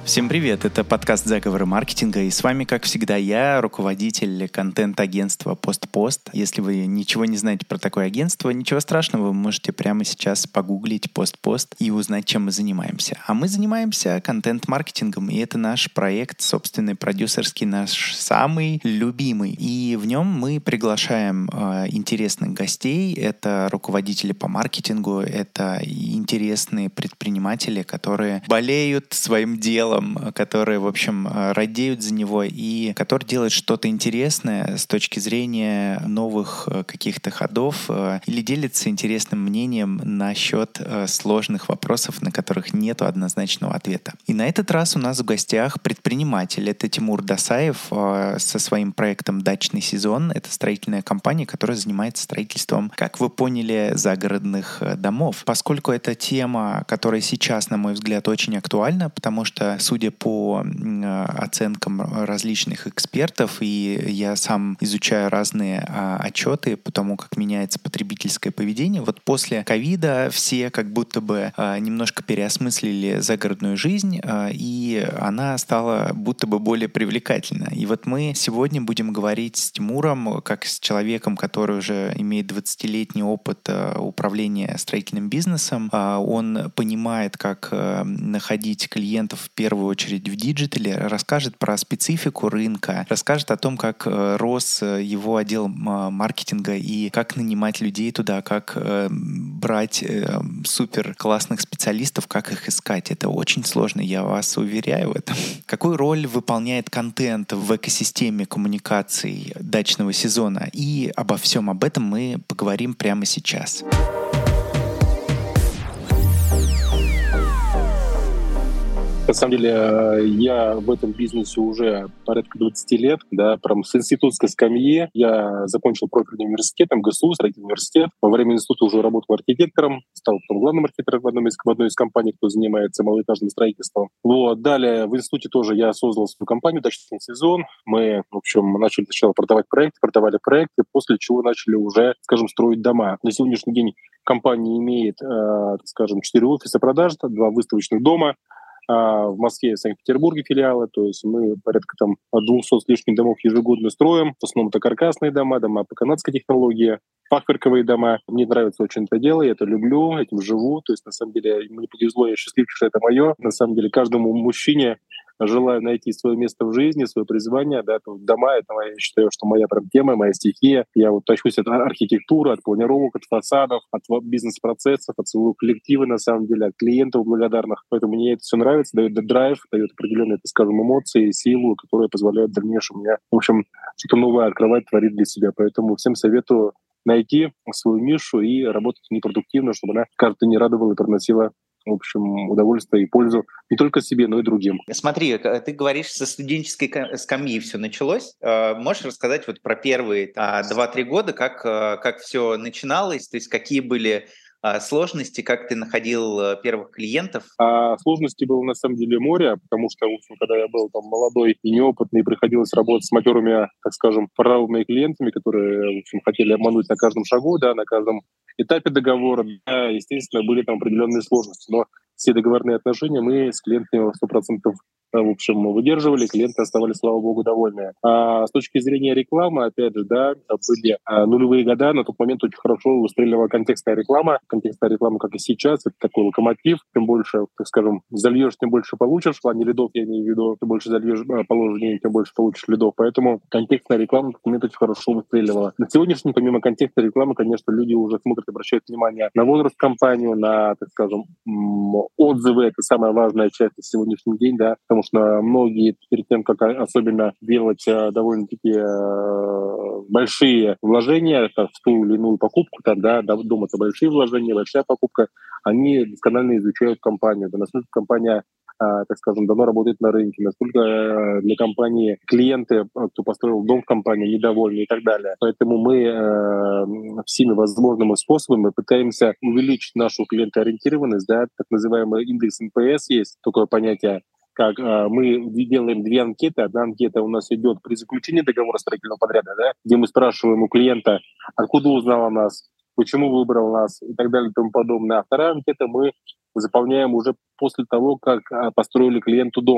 Всем привет, это подкаст «Заговоры маркетинга», и с вами, как всегда, я, руководитель контент-агентства «Пост-Пост». Если вы ничего не знаете про такое агентство, ничего страшного, вы можете прямо сейчас погуглить «Пост-Пост» и узнать, чем мы занимаемся. А мы занимаемся контент-маркетингом, и это наш проект, собственный, продюсерский, наш самый любимый. И в нем мы приглашаем интересных гостей, это руководители по маркетингу, это интересные предприниматели, которые болеют своим делом, которые, в общем, радеют за него и которые делают что-то интересное с точки зрения новых каких-то ходов или делятся интересным мнением насчет сложных вопросов, на которых нет однозначного ответа. И на этот раз у нас в гостях предприниматель. Это Тимур Досаев со своим проектом «Дачный сезон». Это строительная компания, которая занимается строительством, как вы поняли, загородных домов. Поскольку это тема, которая сейчас, на мой взгляд, очень актуальна, потому что, судя по оценкам различных экспертов, и я сам изучаю разные отчеты по тому, как меняется потребительское поведение, вот после ковида все как будто бы немножко переосмыслили загородную жизнь, и она стала будто бы более привлекательна. И вот мы сегодня будем говорить с Тимуром, как с человеком, который уже имеет 20-летний опыт управления строительным бизнесом. Он понимает, как находить клиентов в первую очередь в диджитале, расскажет про специфику рынка, расскажет о том, как рос его отдел маркетинга и как нанимать людей туда, как брать супер классных специалистов, как их искать. Это очень сложно, я вас уверяю в этом. Какую роль выполняет контент в экосистеме коммуникаций дачного сезона? И обо всем об этом мы поговорим прямо сейчас. На самом деле, я в этом бизнесе уже порядка 20 лет, да, прям с институтской скамьи. Я закончил профильный университет, МГСУ, строительный университет. Во время института уже работал архитектором, стал потом главным архитектором в одной из компаний, кто занимается малоэтажным строительством. Вот. Далее в институте тоже я создал свою компанию «Дачный сезон». Мы, в общем, начали сначала продавали проекты, после чего начали уже, скажем, строить дома. На сегодняшний день компания имеет, скажем, 4 офиса продаж, 2 выставочных дома, в Москве и Санкт-Петербурге филиалы, то есть мы порядка 200 с лишним домов ежегодно строим. В основном это каркасные дома по канадской технологии, фахверковые дома. Мне нравится очень это дело, я это люблю, этим живу. То есть на самом деле мне повезло, я счастливчик, что это мое. На самом деле каждому мужчине желаю найти свое место в жизни, свое призвание. Да, дома — это, я считаю, что моя прям тема, моя стихия. Я вот тащусь от архитектуры, от планировок, от фасадов, от бизнес-процессов, от своего коллектива, на самом деле, от клиентов благодарных. Поэтому мне это все нравится, дает драйв, дает определенные, скажем, эмоции, силу, которые позволяют в дальнейшем мне, в общем, что-то новое открывать, творить для себя. Поэтому всем советую найти свою нишу и работать непродуктивно, чтобы она каждый день радовала и приносила, в общем, удовольствие и пользу не только себе, но и другим. Смотри, ты говоришь, со студенческой скамьи все началось. Можешь рассказать вот про первые 2-3 года, как все начиналось, то есть какие были сложности, как ты находил первых клиентов? Сложностей было на самом деле море, потому что, в общем, когда я был молодой и неопытный, приходилось работать с матерыми, так скажем, правыми клиентами, которые, в общем, хотели обмануть на каждом шагу, да, на каждом этапе договора. Да, естественно, были там определенные сложности, но все договорные отношения мы с клиентами 100% в общем, выдерживали, клиенты оставались, слава богу, довольны. А с точки зрения рекламы, опять же, да, были нулевые года, на тот момент очень хорошо выстреливала контекстная реклама. Контекстная реклама, как и сейчас, это такой локомотив. Тем больше, так скажем, зальешь, тем больше получишь. В плане лидов я имею в виду, тем больше зальешь, положишь денег, тем больше получишь лидов. Поэтому контекстная реклама на тот момент очень хорошо выстреливала. На сегодняшний, помимо контекстной рекламы, конечно, люди уже смотрят, обращают внимание на возраст компании, на, так скажем, отзывы. Это самая важная часть на сегодняшний день, да, потому что многие перед тем, как особенно делать довольно-таки большие вложения в ту или иную покупку, тогда дом — это большие вложения, большая покупка, они досконально изучают компанию, да, насколько компания, так скажем, давно работает на рынке, насколько для компании клиенты, кто построил дом в компании, недовольны и так далее. Поэтому мы всеми возможными способами пытаемся увеличить нашу клиентоориентированность, да, так называемый индекс НПС есть, такое понятие, как мы делаем 2 анкеты. Одна анкета у нас идет при заключении договора строительного подряда, да, где мы спрашиваем у клиента, откуда узнал о нас, почему выбрал нас и так далее и тому подобное. А вторая анкета мы заполняем уже после того, как построили клиенту дом.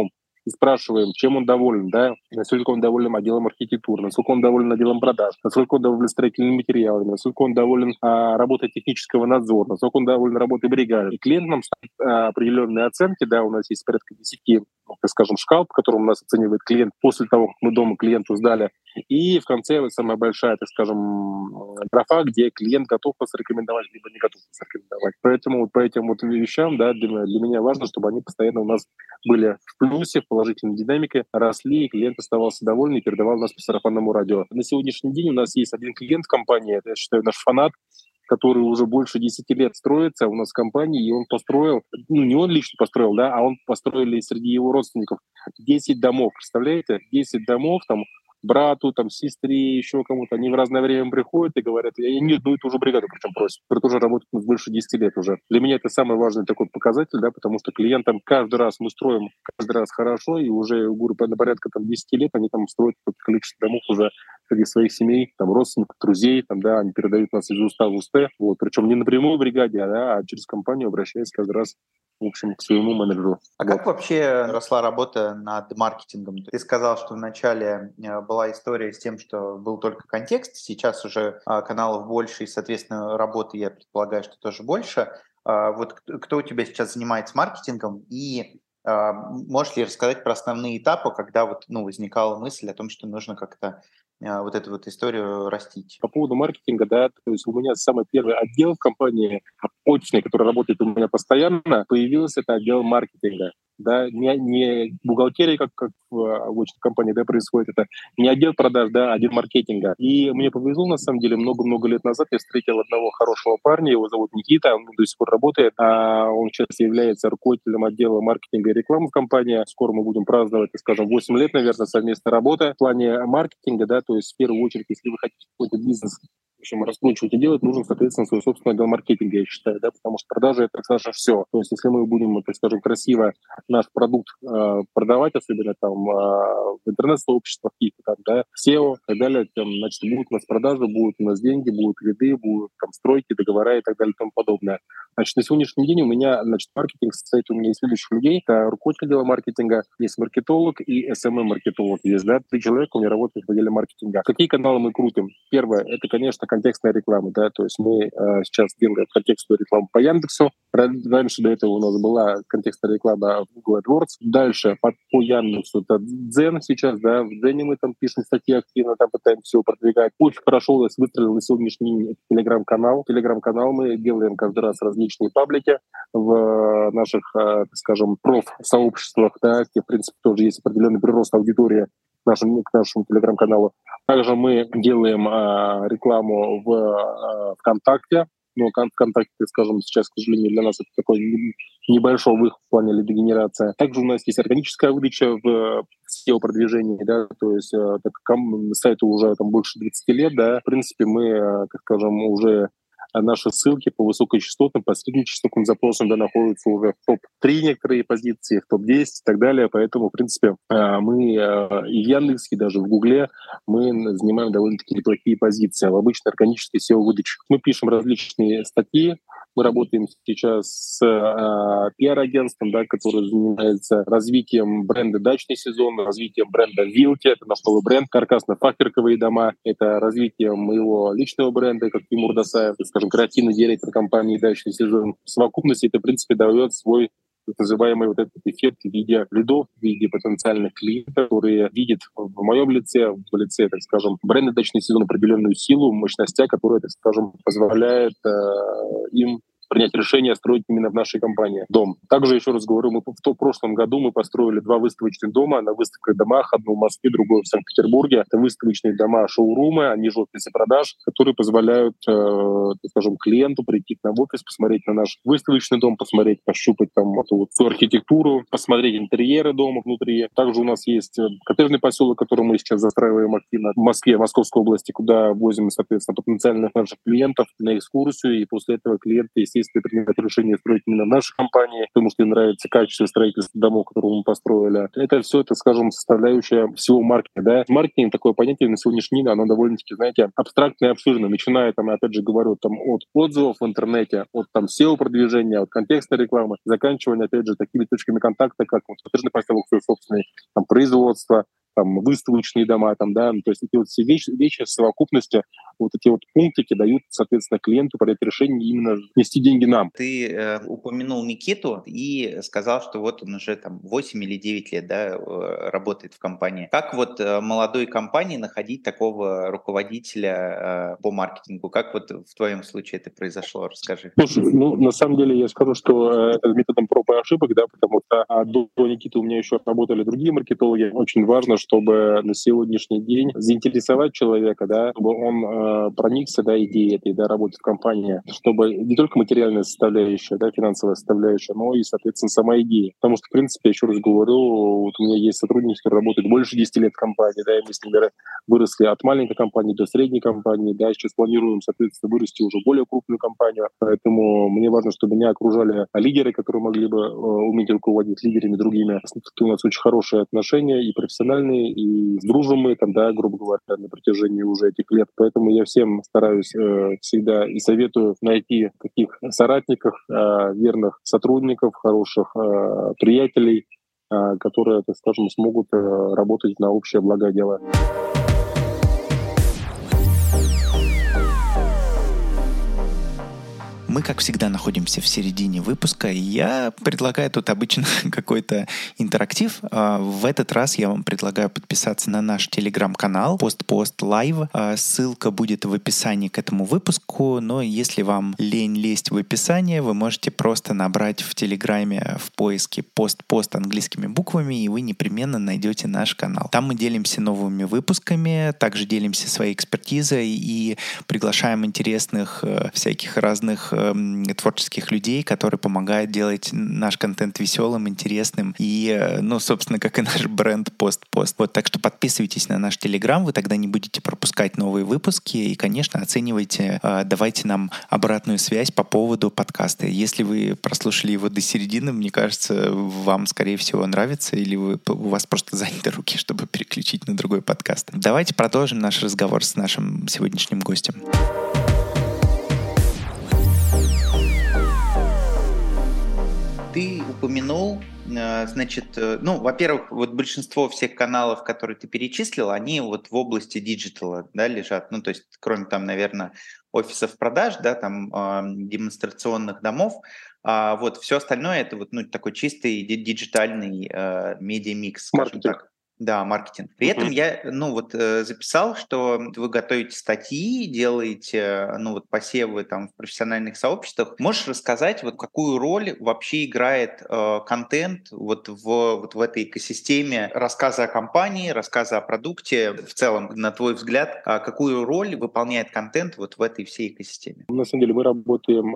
и спрашиваем, чем он доволен, да, насколько он доволен отделом архитектуры, насколько он доволен отделом продаж, насколько он доволен строительными материалами, насколько он доволен работой технического надзора, насколько он доволен работой бригады. И клиент нам ставит определенные оценки, да, у нас есть порядка 10, так скажем, шкал, по которым у нас оценивает клиент после того, как мы дома клиенту сдали. И в конце вот самая большая, так скажем, графа, где клиент готов нас рекомендовать, либо не готов нас рекомендовать. Поэтому вот по этим вот вещам, да, для меня важно, чтобы они постоянно у нас были в плюсе, в положительной динамике, росли, и клиент оставался доволен и передавал нас по сарафанному радио. На сегодняшний день у нас есть один клиент в компании, это, я считаю, наш фанат, который уже больше 10 лет строится у нас в компании, и он построил, ну, не он лично построил, да, а он построили среди его родственников 10 домов, представляете? 10 домов, там, брату, там, сестре, еще кому-то. Они в разное время приходят и говорят, я не одну и ту же бригаду причем просят, которые тоже работают больше 10 лет уже. Для меня это самый важный такой показатель, да, потому что клиентам каждый раз мы строим, каждый раз хорошо, и уже, говорю, на порядка там 10 лет они там строят количество домов уже среди своих семей, там, родственников, друзей, там, да, они передают нас из уста в уста, вот, причем не напрямую бригаде, а через компанию обращаясь каждый раз, в общем, к своему менеджеру. А как вообще росла работа над маркетингом? Ты сказал, что вначале была история с тем, что был только контекст, сейчас уже каналов больше, и, соответственно, работы, я предполагаю, что тоже больше. Вот кто у тебя сейчас занимается маркетингом, и можешь ли рассказать про основные этапы, когда вот, ну, возникала мысль о том, что нужно как-то вот эту вот историю растить? По поводу маркетинга, да, то есть у меня самый первый отдел в компании, очный, который работает у меня постоянно, появился это отдел маркетинга. Да, не бухгалтерия, как в очной компании, да, происходит, это не отдел продаж, да, а отдел маркетинга. И мне повезло, на самом деле, много-много лет назад я встретил одного хорошего парня, его зовут Никита, он до сих пор работает, он сейчас является руководителем отдела маркетинга и рекламы в компании. Скоро мы будем праздновать, скажем, 8 лет, наверное, совместной работы в плане маркетинга, да, то есть в первую очередь, если вы хотите какой-то бизнес, в общем, раскручивать и делать, нужен, соответственно, свой собственный отдел маркетинга, я считаю, да, потому что продажи — это, наше все. То есть если мы будем, так скажем, красиво наш продукт продавать, особенно там в интернет-сообществах каких-то там, да, SEO и так далее, там, значит, будут у нас продажи, будут у нас деньги, будут лиды, будут там стройки, договора и так далее и тому подобное. Значит, на сегодняшний день у меня, значит, маркетинг состоит у меня из следующих людей. Это руководитель отдела маркетинга, есть маркетолог и SMM-маркетолог есть, да, 3 человека у меня работают в отделе маркетинга. Какие каналы мы крутим? Первое, это, конечно, контекстная реклама, да, то есть мы сейчас делаем контекстную рекламу по Яндексу. Раньше до этого у нас была контекстная реклама в Google AdWords. Дальше по Яндексу это Дзен сейчас, да, в Дзене мы там пишем статьи активно, там пытаемся его продвигать. Очень хорошо у нас выстрелил на сегодняшний день Телеграм-канал. Телеграм-канал мы делаем каждый раз различные паблики в наших, так скажем, проф-сообществах, да, где, в принципе, тоже есть определенный прирост аудитории к нашему Телеграм-каналу. Также мы делаем рекламу в ВКонтакте. Но ВКонтакте, скажем, сейчас, к сожалению, для нас это такой небольшой выход в плане лидогенерации. Также у нас есть органическая выдача в SEO-продвижении, да, то есть так как сайту уже там больше 20 лет, да, в принципе, мы, так скажем, уже наши ссылки по высокочастотным, по среднечастотным запросам, да, находятся уже в топ-3 некоторые позиции, в топ-10 и так далее. Поэтому, в принципе, мы и в Яндексе, и даже в Гугле мы занимаем довольно-таки неплохие позиции в обычной органической SEO-выдаче. Мы пишем различные статьи. Мы работаем сейчас с пиар-агентством, да, которое занимается развитием бренда «Дачный сезон», развитием бренда «Вилки», это наш новый бренд, каркасно-фахверковые дома, это развитие моего личного бренда, как Тимур Досаев, скажем, креативный директор компании «Дачный сезон». В совокупности это, в принципе, дает свой так называемый вот этот эффект в виде лидов, в виде потенциальных клиентов, которые видят в моем лице, в лице, так скажем, бренда «Дачный сезон» определенную силу, мощностя, которая, так скажем, позволяет им принять решение строить именно в нашей компании дом. Также, еще раз говорю, в прошлом году мы построили 2 выставочных дома на выставках домах, одно в Москве, другое в Санкт-Петербурге. Это выставочные дома, шоурумы, они же офисы продаж, которые позволяют, так скажем, клиенту прийти к нам в офис, посмотреть на наш выставочный дом, посмотреть, пощупать там эту вот всю архитектуру, посмотреть интерьеры дома внутри. Также у нас есть коттеджный поселок, который мы сейчас застраиваем активно в Москве, Московской области, куда возим, соответственно, потенциальных наших клиентов на экскурсию, и после этого клиенты, естественно, если принимать решение строить именно в нашей компании, потому что им нравится качество строительства домов, которые мы построили. Это все, так скажем, составляющая всего маркетинга. Да? Маркетинг, такое понятие на сегодняшний день, оно довольно-таки, знаете, абстрактное и обширное, начиная, там, я опять же говорю, там, от отзывов в интернете, от там SEO-продвижения, от контекстной рекламы, заканчивая, опять же, такими точками контакта, как вот поселок свой собственный, там, производство, там, выставочные дома, там, да, то есть эти вот все вещи в совокупности, вот эти вот пунктики дают, соответственно, клиенту принять решение именно нести деньги нам. Ты упомянул Никиту и сказал, что вот он уже там 8 или 9 лет, да, работает в компании. Как вот молодой компании находить такого руководителя по маркетингу? Как вот в твоем случае это произошло? Расскажи. Слушай, ну, на самом деле я скажу, что это методом проб и ошибок, да, потому что до Никиты у меня еще работали другие маркетологи. Очень важно, чтобы на сегодняшний день заинтересовать человека, да, чтобы он проникся, да, идеей этой, да, работы в компании, чтобы не только материальная составляющая, да, финансовая составляющая, но и, соответственно, сама идея. Потому что, в принципе, еще раз говорю, вот у меня есть сотрудники, которые работают больше 10 лет в компании, да, и мы с ними выросли от маленькой компании до средней компании, да, сейчас планируем, соответственно, вырасти уже более крупную компанию, поэтому мне важно, чтобы меня окружали лидеры, которые могли бы уметь руководить лидерами другими. У нас очень хорошие отношения и профессиональные, и дружим мы, там, да, грубо говоря, на протяжении уже этих лет. Поэтому я всем стараюсь всегда и советую найти таких соратников, верных сотрудников, хороших приятелей, которые, так скажем, смогут работать на общее благо дела. Мы, как всегда, находимся в середине выпуска, и я предлагаю тут обычно какой-то интерактив. В этот раз я вам предлагаю подписаться на наш телеграм-канал «Пост-Пост Лайв». Ссылка будет в описании к этому выпуску, но если вам лень лезть в описание, вы можете просто набрать в телеграме в поиске «Пост-Пост» английскими буквами, и вы непременно найдете наш канал. Там мы делимся новыми выпусками, также делимся своей экспертизой и приглашаем интересных всяких разных творческих людей, которые помогают делать наш контент веселым, интересным и, ну, собственно, как и наш бренд «Пост-Пост». Вот, так что подписывайтесь на наш Телеграм, вы тогда не будете пропускать новые выпуски и, конечно, оценивайте, давайте нам обратную связь по поводу подкаста. Если вы прослушали его до середины, мне кажется, вам, скорее всего, нравится или у вас просто заняты руки, чтобы переключить на другой подкаст. Давайте продолжим наш разговор с нашим сегодняшним гостем. Ты упомянул, значит, ну, во-первых, вот большинство всех каналов, которые ты перечислил, они вот в области диджитала, да, лежат, ну, то есть, кроме там, наверное, офисов продаж, да, там, демонстрационных домов, вот, все остальное это вот, ну, такой чистый диджитальный медиамикс, скажем так. Да, маркетинг. При этом я, ну вот, записал, что вы готовите статьи, делаете, ну вот, посевы там в профессиональных сообществах. Можешь рассказать, вот какую роль вообще играет контент вот в этой экосистеме рассказа о компании, рассказа о продукте в целом, на твой взгляд, какую роль выполняет контент вот в этой всей экосистеме? На самом деле мы работаем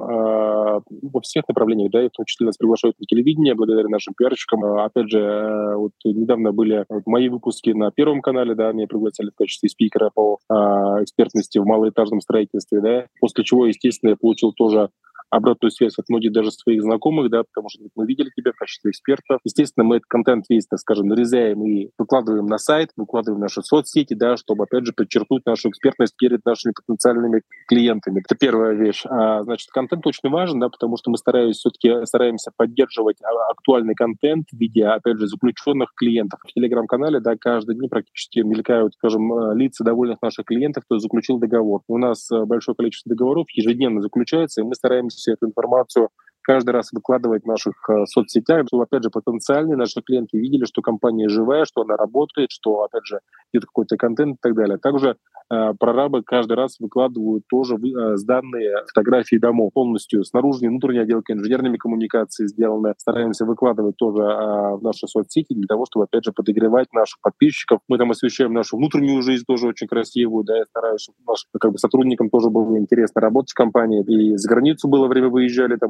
во всех направлениях, да, и в том числе нас приглашают на телевидение благодаря нашим пиарщикам. Опять же, вот недавно были мои выпуски на Первом канале, да, меня пригласили в качестве спикера по экспертности в малоэтажном строительстве, да, после чего, естественно, я получил тоже обратную связь от многих даже своих знакомых, да, потому что мы видели тебя в качестве эксперта. Естественно, мы этот контент весь, так скажем, нарезаем и выкладываем на сайт, выкладываем в наши соцсети, да, чтобы, опять же, подчеркнуть нашу экспертность перед нашими потенциальными клиентами. Это первая вещь. Значит, контент очень важен, да, потому что мы стараемся поддерживать актуальный контент в виде, опять же, заключенных клиентов. В Телеграм-канале, да, каждый день практически мелькают, скажем, лица довольных наших клиентов, кто заключил договор. У нас большое количество договоров ежедневно заключается, и мы стараемся всю эту информацию каждый раз выкладывать в наших соцсетях, чтобы, опять же, потенциальные наши клиенты видели, что компания живая, что она работает, что, опять же, где-то какой-то контент и так далее. Также прорабы каждый раз выкладывают тоже сданные фотографии домов полностью с наружной и внутренней отделкой, инженерными коммуникациями сделаны. Стараемся выкладывать тоже в наши соцсети для того, чтобы, опять же, подогревать наших подписчиков. Мы там освещаем нашу внутреннюю жизнь тоже очень красивую, да, я стараюсь, чтобы нашим сотрудникам тоже было интересно работать в компании. И за границу было время выезжали, там и в Финляндию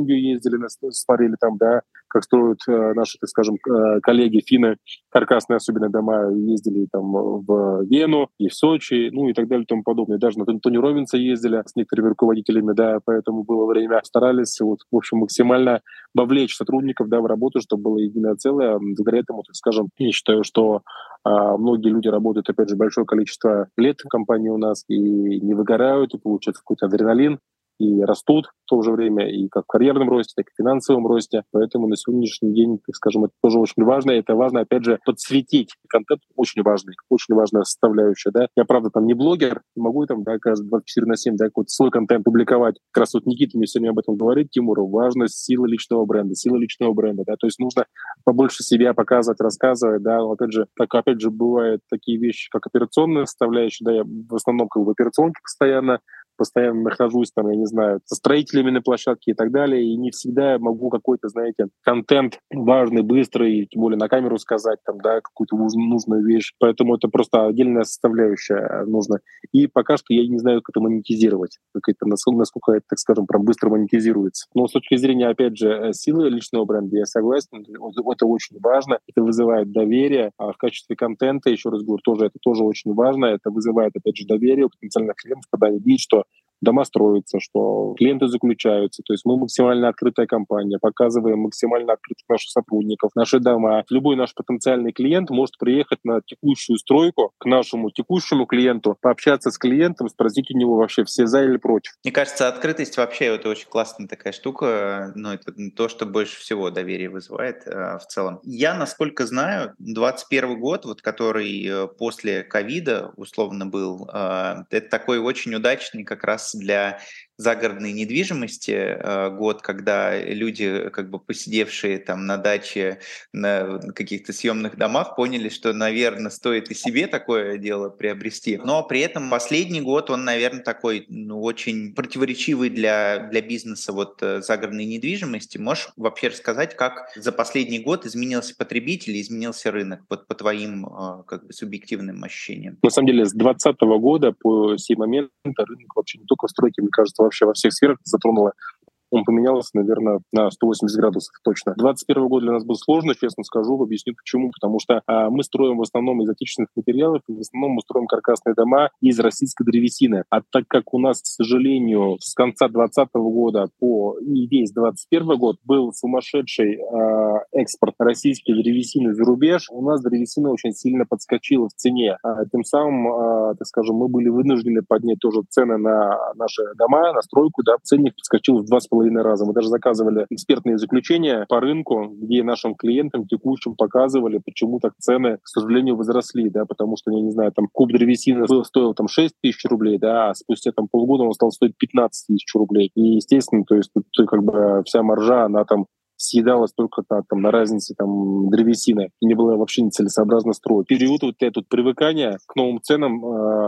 Финляндию ездили, смотрели там, да, как строят наши, так скажем, коллеги финны, каркасные особенно дома, ездили там в Вену и в Сочи, ну и так далее и тому подобное. Даже на Тони Роббинса ездили с некоторыми руководителями, да, поэтому было время. Старались, вот, в общем, максимально вовлечь сотрудников, да, в работу, чтобы было единое целое. Благодаря этому, так скажем, я считаю, что многие люди работают, опять же, большое количество лет в компании у нас и не выгорают, и получают какой-то адреналин, и растут в то же время и как в карьерном росте, так и в финансовом росте. Поэтому на сегодняшний день, так скажем, это тоже очень важно. И это важно, опять же, подсветить контент. Очень важная составляющая. Да? Я, правда, там не блогер, не могу там, да, каждый 24/7, да, какой-то свой контент публиковать. Как раз вот Никита мне сегодня об этом говорит, Тимуру, важность силы личного бренда. Да? То есть нужно побольше себя показывать, рассказывать. Да? Но, опять же, бывают такие вещи, как операционная составляющая. Да? Я в основном как в операционке постоянно нахожусь там, я не знаю, со строителями на площадке и так далее, и не всегда могу какой-то, знаете, контент важный, быстрый, тем более на камеру сказать, там, да, какую-то нужную вещь. Поэтому это просто отдельная составляющая нужна. И пока что я не знаю, как это монетизировать, насколько это, так скажем, прям быстро монетизируется. Но с точки зрения, опять же, силы личного бренда, я согласен, это очень важно, это вызывает доверие, а в качестве контента, еще раз говорю, это тоже очень важно, это вызывает, опять же, доверие у потенциальных клиентов, когда они видят, что дома строятся, что клиенты заключаются. То есть мы максимально открытая компания, показываем максимально открытых наших сотрудников, наши дома. Любой наш потенциальный клиент может приехать на текущую стройку к нашему текущему клиенту, пообщаться с клиентом, спросить у него вообще все за или против. Мне кажется, открытость вообще это очень классная такая штука, но это то, что больше всего доверие вызывает в целом. Я, насколько знаю, 21 год, вот который после ковида условно был, это такой очень удачный как раз для загородной недвижимости год, когда люди, как бы посидевшие там на даче, на каких-то съемных домах, поняли, что, наверное, стоит и себе такое дело приобрести. Но при этом последний год, он, наверное, такой, очень противоречивый для бизнеса загородной недвижимости. Можешь вообще рассказать, как за последний год изменился потребитель, изменился рынок, по твоим как бы субъективным ощущениям? На самом деле, с 2020 года по сей момент рынок вообще не только в стройке, мне кажется, вообще во всех сферах затронуло. Он поменялся, наверное, на 180 градусов точно. 2021 год для нас был сложный, честно скажу, объясню почему. Потому что мы строим в основном из отечественных материалов, и в основном мы строим каркасные дома из российской древесины. А так как у нас, к сожалению, с конца 2020 года по и весь 2021 год был сумасшедший экспорт российской древесины за рубеж, у нас древесина очень сильно подскочила в цене. Тем самым, так скажем, мы были вынуждены поднять тоже цены на наши дома, на стройку. Да, ценник подскочил в 2,5 раза. Мы даже заказывали экспертные заключения по рынку, где нашим клиентам текущим показывали, почему так цены, к сожалению, возросли, да, потому что, я не знаю, там куб древесины стоил там 6 тысяч рублей, да, а спустя там полгода он стал стоить 15 тысяч рублей. И, естественно, то есть тут как бы вся маржа, она там съедалась только на разнице древесины. И не было вообще нецелесообразно строить. Период этот привыкания к новым ценам,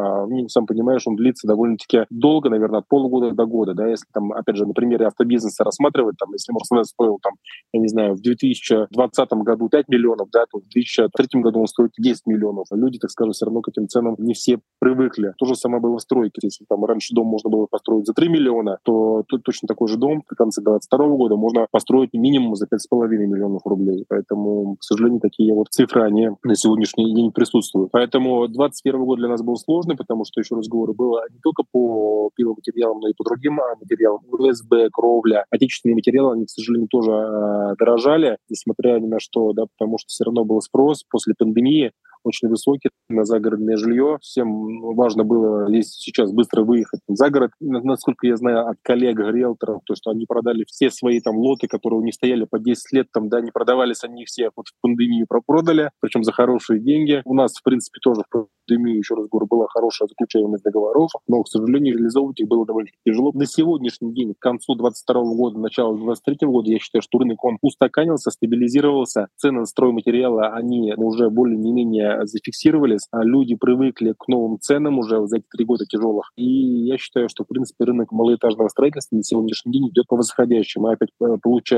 сам понимаешь, он длится довольно-таки долго, наверное, от полугода до года. Да, если опять же, на примере автобизнеса рассматривать, если Мерседес стоил я не знаю, в 2020 году 5 миллионов, да, то в 2003 году он стоит 10 миллионов. А люди, так скажем, все равно к этим ценам не все привыкли. То же самое было в стройке. Если раньше дом можно было построить за 3 миллиона, то тут точно такой же дом в конце 2022 года можно построить минимум за 5,5 миллионов рублей. Поэтому, к сожалению, такие цифры, они на сегодняшний день присутствуют. Поэтому 2021 год для нас был сложный, потому что, еще раз говорю, было не только по пиломатериалам, но и по другим материалам. УСБ, кровля. Отечественные материалы, они, к сожалению, тоже дорожали, несмотря ни на что, да, потому что все равно был спрос после пандемии очень высокий на загородное жилье. Всем важно было здесь сейчас быстро выехать за город. Насколько я знаю от коллег-риэлторов, то, что они продали все свои лоты, которые у них стояли по 10 лет, не продавались они все в пандемию, продали, причем за хорошие деньги. У нас, в принципе, тоже в пандемию, еще раз говорю, была хорошая заключаемость договоров, но, к сожалению, реализовывать их было довольно тяжело. На сегодняшний день, к концу 2022 года, начало 2023 года, я считаю, что рынок, он устаканился, стабилизировался. Цены на стройматериалы, они уже более-не-менее зафиксировались, а люди привыкли к новым ценам уже за эти 3 года тяжелых. И я считаю, что, в принципе, рынок малоэтажного строительства на сегодняшний день идет по восходящему. Мы опять получаем, кто-то меня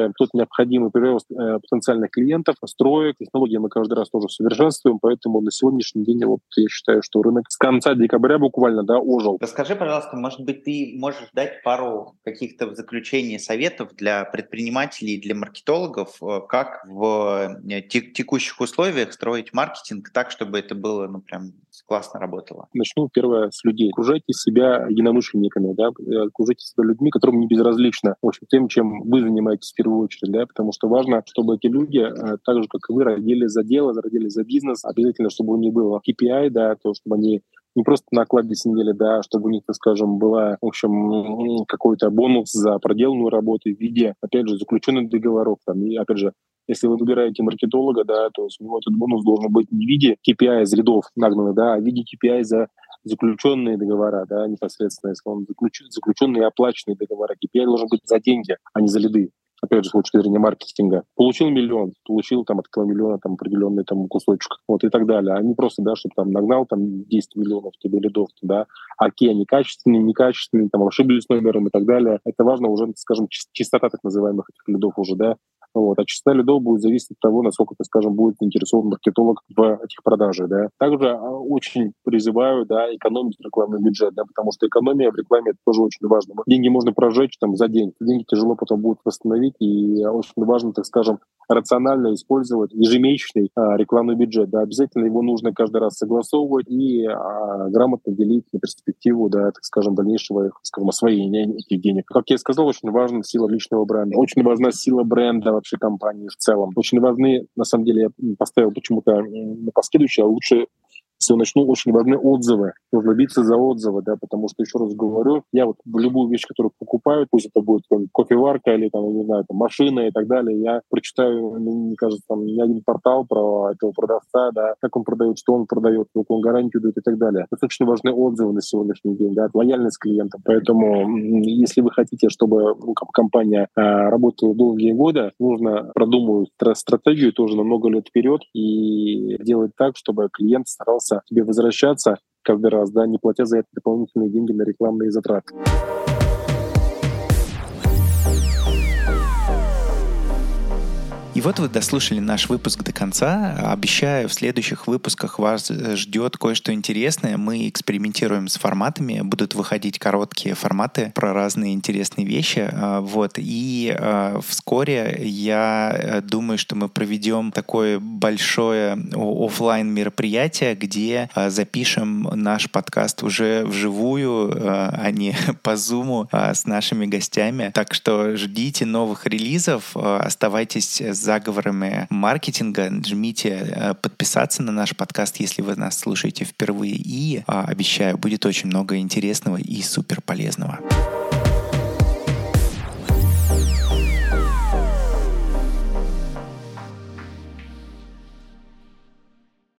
необходимый прирост потенциальных клиентов, строек, технологии мы каждый раз тоже совершенствуем, поэтому на сегодняшний день вот я считаю, что рынок с конца декабря буквально, да, ожил. Расскажи, пожалуйста, может быть, ты можешь дать пару каких-то в заключение советов для предпринимателей и для маркетологов, как в текущих условиях строить маркетинг так, чтобы это было, ну, прям классно работало? Начну первое с людей. Окружайте себя единомышленниками, да, окружайте себя людьми, которым не безразлично, в общем, тем, чем вы занимаетесь в первую очередь, да, потому что важно, чтобы эти люди, так же, как и вы, родили за дело, родили за бизнес, обязательно, чтобы у них был KPI, да, то, чтобы они не просто на окладе сидели, да, чтобы у них, так скажем, была, в общем, какой-то бонус за проделанную работу в виде, опять же, заключенных договоров, там, и, опять же, если вы выбираете маркетолога, да, то есть у него этот бонус должен быть не в виде KPI из рядов нагнанных, да, а в виде KPI за заключенные договора, да, непосредственно, если он заключенные и оплаченные договора. KPI должен быть за деньги, а не за лиды. Опять же, с точки зрения маркетинга. Получил миллион, получил там от этого миллиона там определенный там кусочек, вот и так далее. А не просто, да, чтобы там нагнал там 10 миллионов тебе лидов, да, а какие они качественные, некачественные, там ошиблись с номером и так далее. Это важно уже, скажем, чистота так называемых этих лидов уже, да. Вот. А частота лидов будет зависеть от того, насколько, так скажем, будет заинтересован маркетолог в этих продажах. Да. Также очень призываю, да, экономить рекламный бюджет, да, потому что экономия в рекламе — это тоже очень важно. Деньги можно прожечь там за день, деньги тяжело потом будет восстановить, и очень важно, так скажем, рационально использовать ежемесячный рекламный бюджет. Да. Обязательно его нужно каждый раз согласовывать и грамотно делить на перспективу, да, так скажем, дальнейшего, скажем, освоения этих денег. Как я сказал, очень важна сила личного бренда, очень важна сила бренда вообще компании в целом. Очень важны, на самом деле, я поставил почему-то на последующее, а лучше, если я начну, очень важны отзывы. Нужно биться за отзывы, да, потому что, еще раз говорю, я вот любую вещь, которую покупаю, пусть это будет кофеварка или, там, не знаю, там, машина и так далее, я прочитаю, мне кажется, там, не один портал про этого продавца, да, как он продает, что он продает, какую он гарантию дает и так далее. Это очень важны отзывы на сегодняшний день, да, лояльность клиентам. Поэтому, если вы хотите, чтобы компания работала долгие годы, нужно продумывать стратегию тоже на много лет вперед и делать так, чтобы клиент старался тебе возвращаться каждый раз, да, не платя за это дополнительные деньги на рекламные затраты. И вот вы дослушали наш выпуск до конца. Обещаю, в следующих выпусках вас ждет кое-что интересное. Мы экспериментируем с форматами. Будут выходить короткие форматы про разные интересные вещи. Вот. И вскоре я думаю, что мы проведем такое большое офлайн мероприятие, где запишем наш подкаст уже вживую, а не по Zoom с нашими гостями. Так что ждите новых релизов. Оставайтесь с заговорами маркетинга. Жмите подписаться на наш подкаст, если вы нас слушаете впервые. И обещаю, будет очень много интересного и супер полезного.